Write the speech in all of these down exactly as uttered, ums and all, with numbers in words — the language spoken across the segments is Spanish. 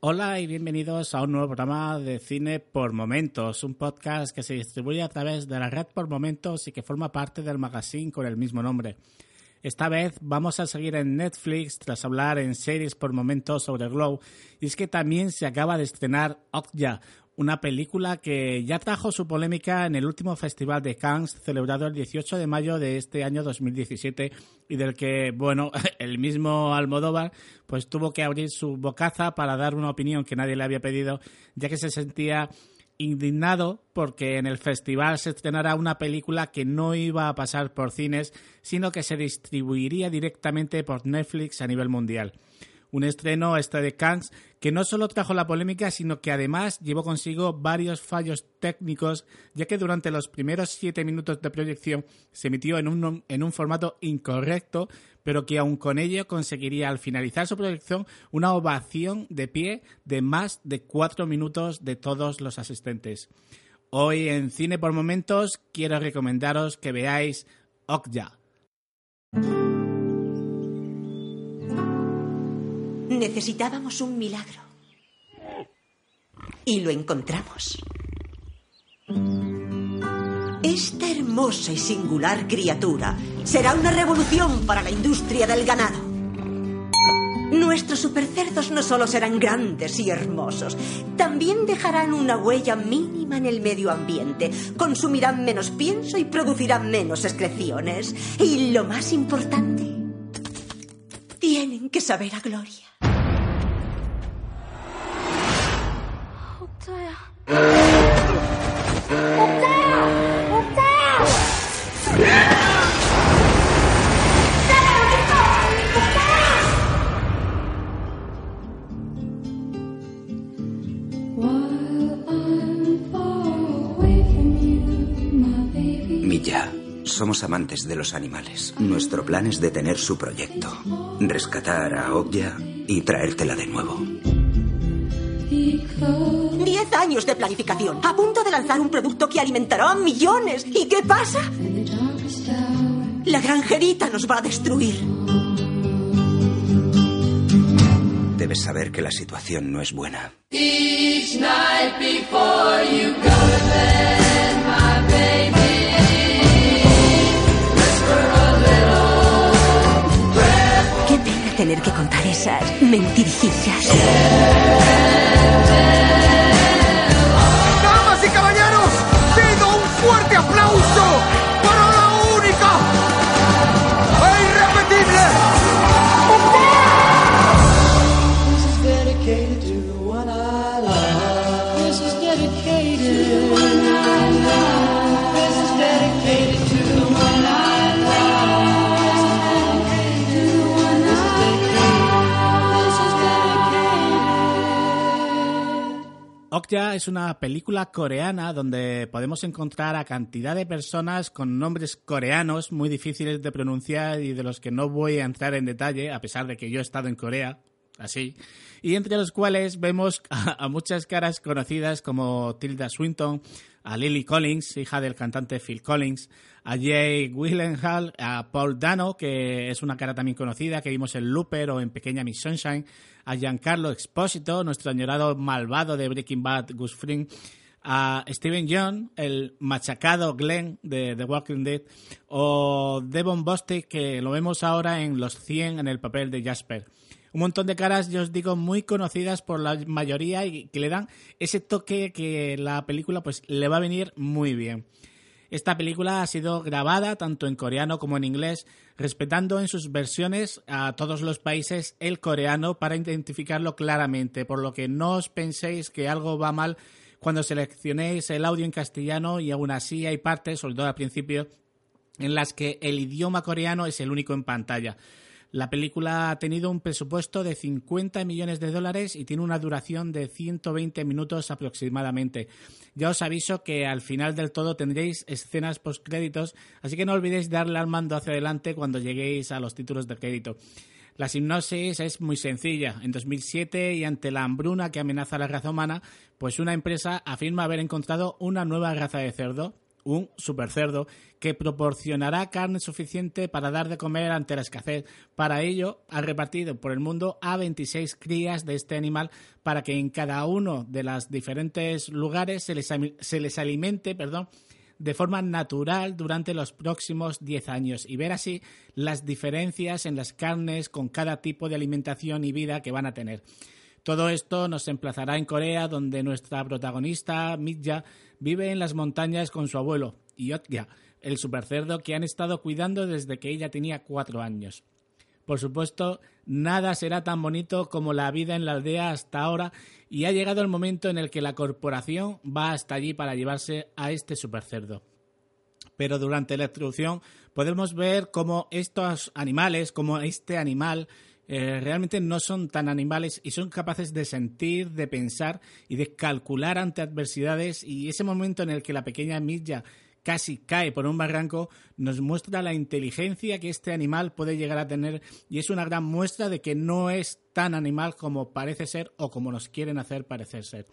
Hola y bienvenidos a un nuevo programa de Cine por Momentos, un podcast que se distribuye a través de la red por Momentos y que forma parte del magazine con el mismo nombre. Esta vez vamos a seguir en Netflix tras hablar en series por momentos sobre Glow, y es que también se acaba de estrenar Okja, una película que ya trajo su polémica en el último Festival de Cannes celebrado el dieciocho de mayo de este año dos mil diecisiete y del que, bueno, el mismo Almodóvar pues tuvo que abrir su bocaza para dar una opinión que nadie le había pedido, ya que se sentía indignado porque en el festival se estrenara una película que no iba a pasar por cines, sino que se distribuiría directamente por Netflix a nivel mundial. Un estreno este de Cannes que no solo trajo la polémica, sino que además llevó consigo varios fallos técnicos, ya que durante los primeros siete minutos de proyección se emitió en un, en un formato incorrecto, pero que aun con ello conseguiría al finalizar su proyección una ovación de pie de más de cuatro minutos de todos los asistentes. Hoy en Cine por Momentos quiero recomendaros que veáis Okja. Necesitábamos un milagro. Y lo encontramos. Esta hermosa y singular criatura será una revolución para la industria del ganado. Nuestros supercerdos no solo serán grandes y hermosos, también dejarán una huella mínima en el medio ambiente, consumirán menos pienso y producirán menos excreciones. Y lo más importante, tienen que saber a gloria. Milla, somos amantes de los animales. Nuestro plan es detener su proyecto, rescatar a Okja y traértela de nuevo. Diez años de planificación, a punto de lanzar un producto que alimentará a millones. ¿Y qué pasa? La granjerita nos va a destruir. Debes saber que la situación no es buena. Each night before you go to bed, my baby, whisper a little prayer. Qué pena tener que contar esas mentirijillas. ¡Damas y caballeros! ¡Pido un fuerte aplauso para la única e irrepetible! This is dedicated to the one I love. This is dedicated to the one I love. This is dedicated to the one I love. This is dedicated to the one I love. This is dedicated. Okja es una película coreana donde podemos encontrar a cantidad de personas con nombres coreanos muy difíciles de pronunciar y de los que no voy a entrar en detalle, a pesar de que yo he estado en Corea, así, y entre los cuales vemos a, a muchas caras conocidas como Tilda Swinton, a Lily Collins, hija del cantante Phil Collins, a Jake Gyllenhaal, a Paul Dano, que es una cara también conocida, que vimos en Looper o en Pequeña Miss Sunshine, a Giancarlo Esposito, nuestro añorado malvado de Breaking Bad, Gus Fring, a Steven Yeun, el machacado Glenn de The Walking Dead, o Devon Bostick, que lo vemos ahora en Los cien en el papel de Jasper. Un montón de caras, yo os digo, muy conocidas por la mayoría y que le dan ese toque que la película pues le va a venir muy bien. Esta película ha sido grabada tanto en coreano como en inglés, respetando en sus versiones a todos los países el coreano para identificarlo claramente, por lo que no os penséis que algo va mal cuando seleccionéis el audio en castellano, y aún así hay partes, sobre todo al principio, en las que el idioma coreano es el único en pantalla. La película ha tenido un presupuesto de cincuenta millones de dólares y tiene una duración de ciento veinte minutos aproximadamente. Ya os aviso que al final del todo tendréis escenas postcréditos, así que no olvidéis darle al mando hacia adelante cuando lleguéis a los títulos de crédito. La sinopsis es muy sencilla. En dos mil siete, y ante la hambruna que amenaza la raza humana, pues una empresa afirma haber encontrado una nueva raza de cerdo, un supercerdo que proporcionará carne suficiente para dar de comer ante la escasez. Para ello, ha repartido por el mundo a veintiséis crías de este animal para que en cada uno de los diferentes lugares se les, se les alimente, perdón, de forma natural durante los próximos diez años y ver así las diferencias en las carnes con cada tipo de alimentación y vida que van a tener. Todo esto nos emplazará en Corea, donde nuestra protagonista, Mi-ja, vive en las montañas con su abuelo, Ok-ja, el supercerdo que han estado cuidando desde que ella tenía cuatro años. Por supuesto, nada será tan bonito como la vida en la aldea hasta ahora y ha llegado el momento en el que la corporación va hasta allí para llevarse a este supercerdo. Pero durante la introducción podemos ver cómo estos animales, como este animal, eh, realmente no son tan animales y son capaces de sentir, de pensar y de calcular ante adversidades, y ese momento en el que la pequeña Mi-ja casi cae por un barranco nos muestra la inteligencia que este animal puede llegar a tener, y es una gran muestra de que no es tan animal como parece ser o como nos quieren hacer parecer ser.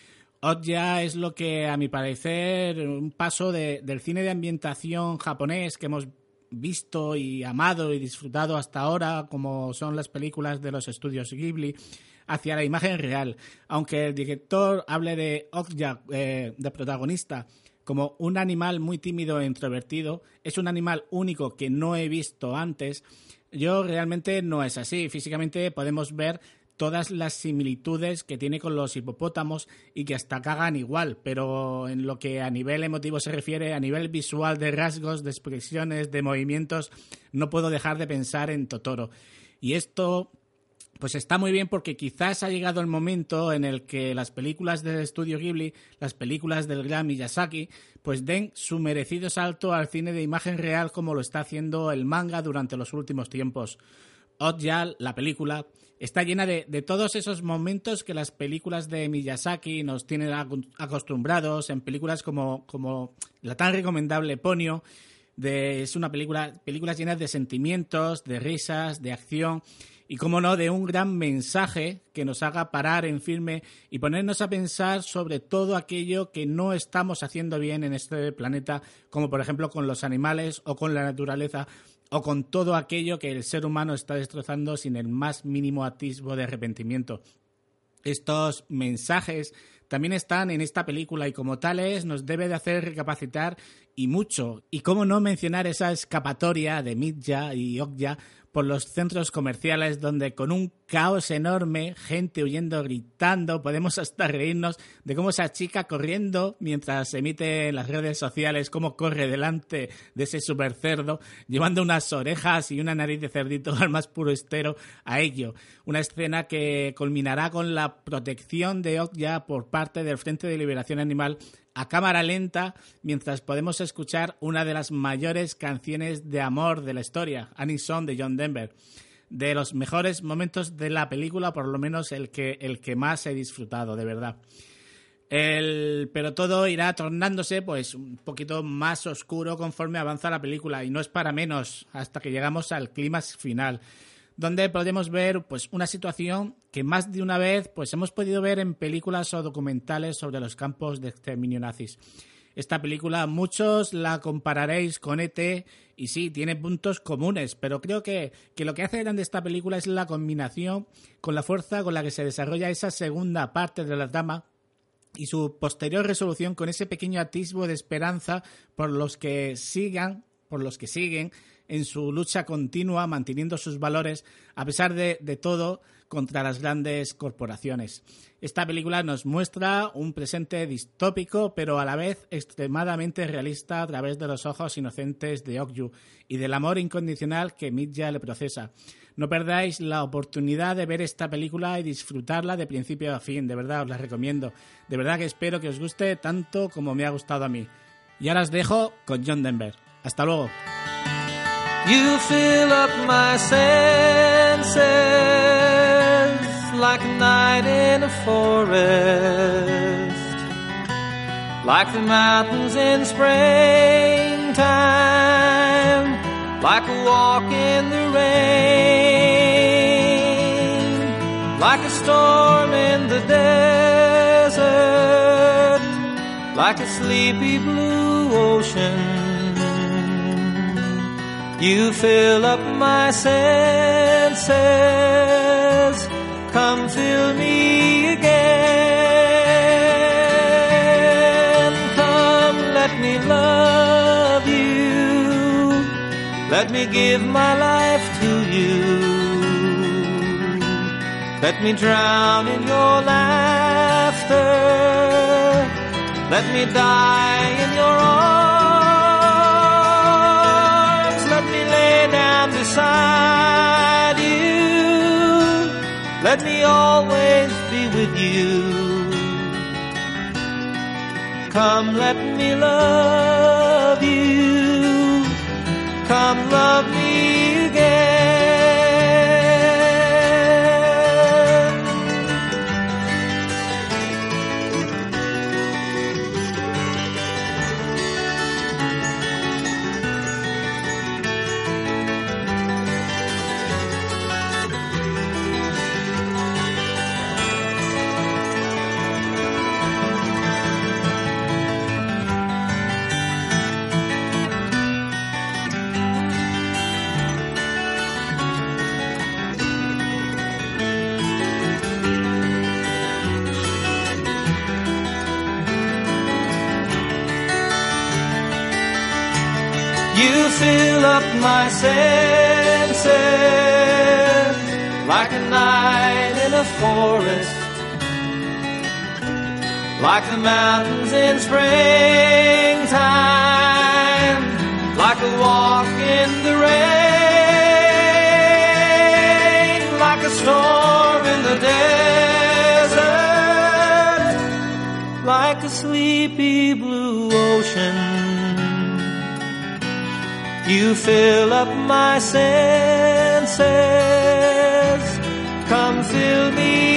Ok-ja es lo que, a mi parecer, un paso de, del cine de ambientación japonés que hemos visto y amado y disfrutado hasta ahora, como son las películas de los estudios Ghibli, hacia la imagen real. Aunque el director hable de Ok-ja, eh, de protagonista, como un animal muy tímido e introvertido, es un animal único que no he visto antes, yo realmente no es así. Físicamente podemos ver todas las similitudes que tiene con los hipopótamos y que hasta cagan igual, pero en lo que a nivel emotivo se refiere, a nivel visual de rasgos, de expresiones, de movimientos, no puedo dejar de pensar en Totoro. Y esto pues está muy bien porque quizás ha llegado el momento en el que las películas del estudio Ghibli, las películas del gran Miyazaki, pues den su merecido salto al cine de imagen real como lo está haciendo el manga durante los últimos tiempos. Ok-ja, la película, está llena de, de todos esos momentos que las películas de Miyazaki nos tienen acostumbrados, en películas como, como la tan recomendable Ponyo. De, es una película, películas llenas de sentimientos, de risas, de acción y, cómo no, de un gran mensaje que nos haga parar en firme y ponernos a pensar sobre todo aquello que no estamos haciendo bien en este planeta, como por ejemplo con los animales o con la naturaleza o con todo aquello que el ser humano está destrozando sin el más mínimo atisbo de arrepentimiento. Estos mensajes también están en esta película y como tales nos debe de hacer recapacitar y mucho. Y cómo no mencionar esa escapatoria de Mi-ja y Ok-ja por los centros comerciales donde con un caos enorme, gente huyendo, gritando, podemos hasta reírnos de cómo esa chica corriendo mientras emite en las redes sociales cómo corre delante de ese supercerdo, llevando unas orejas y una nariz de cerdito al más puro estero a ello. Una escena que culminará con la protección de Ok-ja por parte del Frente de Liberación Animal a cámara lenta, mientras podemos escuchar una de las mayores canciones de amor de la historia, Annie Song de John Denver. De los mejores momentos de la película, por lo menos el que, el que más he disfrutado, de verdad. El, pero todo irá tornándose pues un poquito más oscuro conforme avanza la película, y no es para menos hasta que llegamos al clímax final, donde podemos ver pues una situación que más de una vez pues hemos podido ver en películas o documentales sobre los campos de exterminio nazis. Esta película muchos la compararéis con E T y sí, tiene puntos comunes, pero creo que, que lo que hace grande esta película es la combinación con la fuerza con la que se desarrolla esa segunda parte de la trama y su posterior resolución con ese pequeño atisbo de esperanza por los que sigan, por los que siguen en su lucha continua, manteniendo sus valores a pesar de, de todo contra las grandes corporaciones. Esta película nos muestra un presente distópico, pero a la vez extremadamente realista a través de los ojos inocentes de Ok-ju y del amor incondicional que Mi-ja le procesa. No perdáis la oportunidad de ver esta película y disfrutarla de principio a fin, de verdad os la recomiendo. De verdad que espero que os guste tanto como me ha gustado a mí. Y ahora os dejo con John Denver. Hasta luego. You fill up my senses like a night in a forest, like the mountains in springtime, like a walk in the rain, like a storm in the desert, like a sleepy blue ocean. You fill up my senses, come fill me again. Come, let me love you, let me give my life to you. Let me drown in your laughter, let me die in your arms, let me lay down beside you, let me always be with you. Come, let me love you, come love me again. You fill up my senses like a night in a forest, like the mountains in springtime, like a walk in the rain, like a storm in the desert, like a sleepy blue ocean. You fill up my senses, come fill me